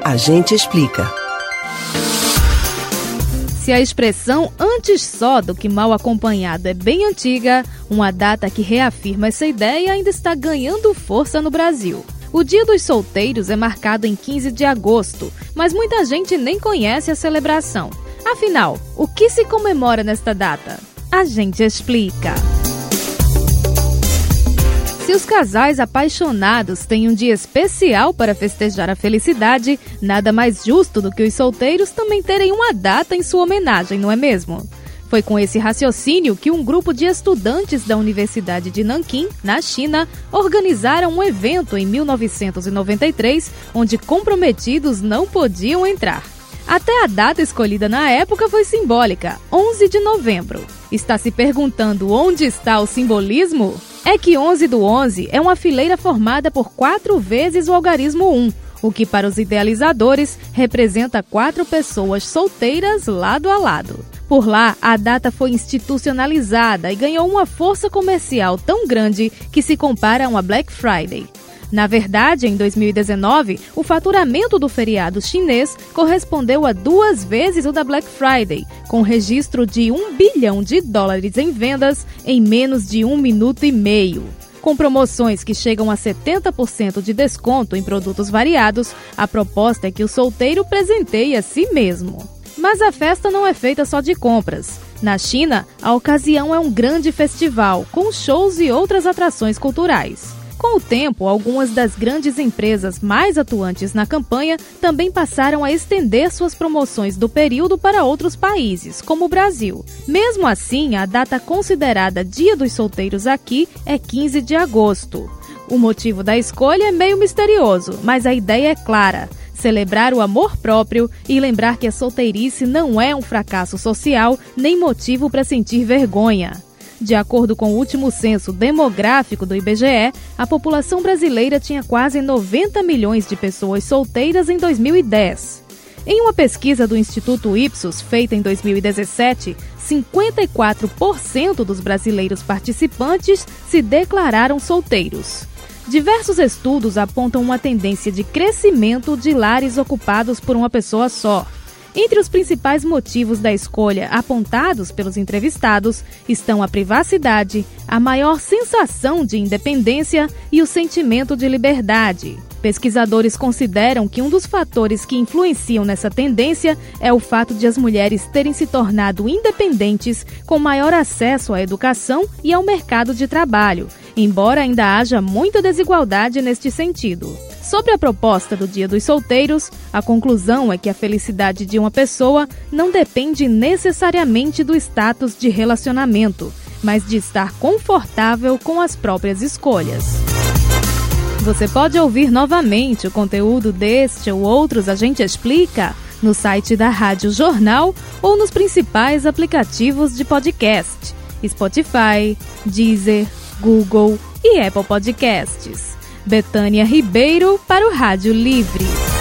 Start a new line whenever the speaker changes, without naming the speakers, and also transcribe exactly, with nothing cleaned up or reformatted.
A gente explica.
Se a expressão antes só do que mal acompanhado é bem antiga, uma data que reafirma essa ideia ainda está ganhando força no Brasil. O Dia dos Solteiros é marcado em quinze de agosto, mas muita gente nem conhece a celebração. Afinal, o que se comemora nesta data? A gente explica. Se os casais apaixonados têm um dia especial para festejar a felicidade, nada mais justo do que os solteiros também terem uma data em sua homenagem, não é mesmo? Foi com esse raciocínio que um grupo de estudantes da Universidade de Nanquim, na China, organizaram um evento em mil novecentos e noventa e três, onde comprometidos não podiam entrar. Até a data escolhida na época foi simbólica, onze de novembro. Está se perguntando onde está o simbolismo? É que onze do onze é uma fileira formada por quatro vezes o algarismo um, o que para os idealizadores representa quatro pessoas solteiras lado a lado. Por lá, a data foi institucionalizada e ganhou uma força comercial tão grande que se compara a uma Black Friday. Na verdade, em dois mil e dezenove, o faturamento do feriado chinês correspondeu a duas vezes o da Black Friday, com registro de um bilhão de dólares em vendas em menos de um minuto e meio. Com promoções que chegam a setenta por cento de desconto em produtos variados, a proposta é que o solteiro presenteie a si mesmo. Mas a festa não é feita só de compras. Na China, a ocasião é um grande festival, com shows e outras atrações culturais. Com o tempo, algumas das grandes empresas mais atuantes na campanha também passaram a estender suas promoções do período para outros países, como o Brasil. Mesmo assim, a data considerada Dia dos Solteiros aqui é quinze de agosto. O motivo da escolha é meio misterioso, mas a ideia é clara: celebrar o amor próprio e lembrar que a solteirice não é um fracasso social nem motivo para sentir vergonha. De acordo com o último censo demográfico do I B G E, a população brasileira tinha quase noventa milhões de pessoas solteiras em dois mil e dez. Em uma pesquisa do Instituto Ipsos, feita em dois mil e dezessete, cinquenta e quatro por cento dos brasileiros participantes se declararam solteiros. Diversos estudos apontam uma tendência de crescimento de lares ocupados por uma pessoa só. Entre os principais motivos da escolha apontados pelos entrevistados estão a privacidade, a maior sensação de independência e o sentimento de liberdade. Pesquisadores consideram que um dos fatores que influenciam nessa tendência é o fato de as mulheres terem se tornado independentes com maior acesso à educação e ao mercado de trabalho, embora ainda haja muita desigualdade neste sentido. Sobre a proposta do Dia dos Solteiros, a conclusão é que a felicidade de uma pessoa não depende necessariamente do status de relacionamento, mas de estar confortável com as próprias escolhas. Você pode ouvir novamente o conteúdo deste ou outros A Gente Explica no site da Rádio Jornal ou nos principais aplicativos de podcast: Spotify, Deezer, Google e Apple Podcasts. Betânia Ribeiro para o Rádio Livre.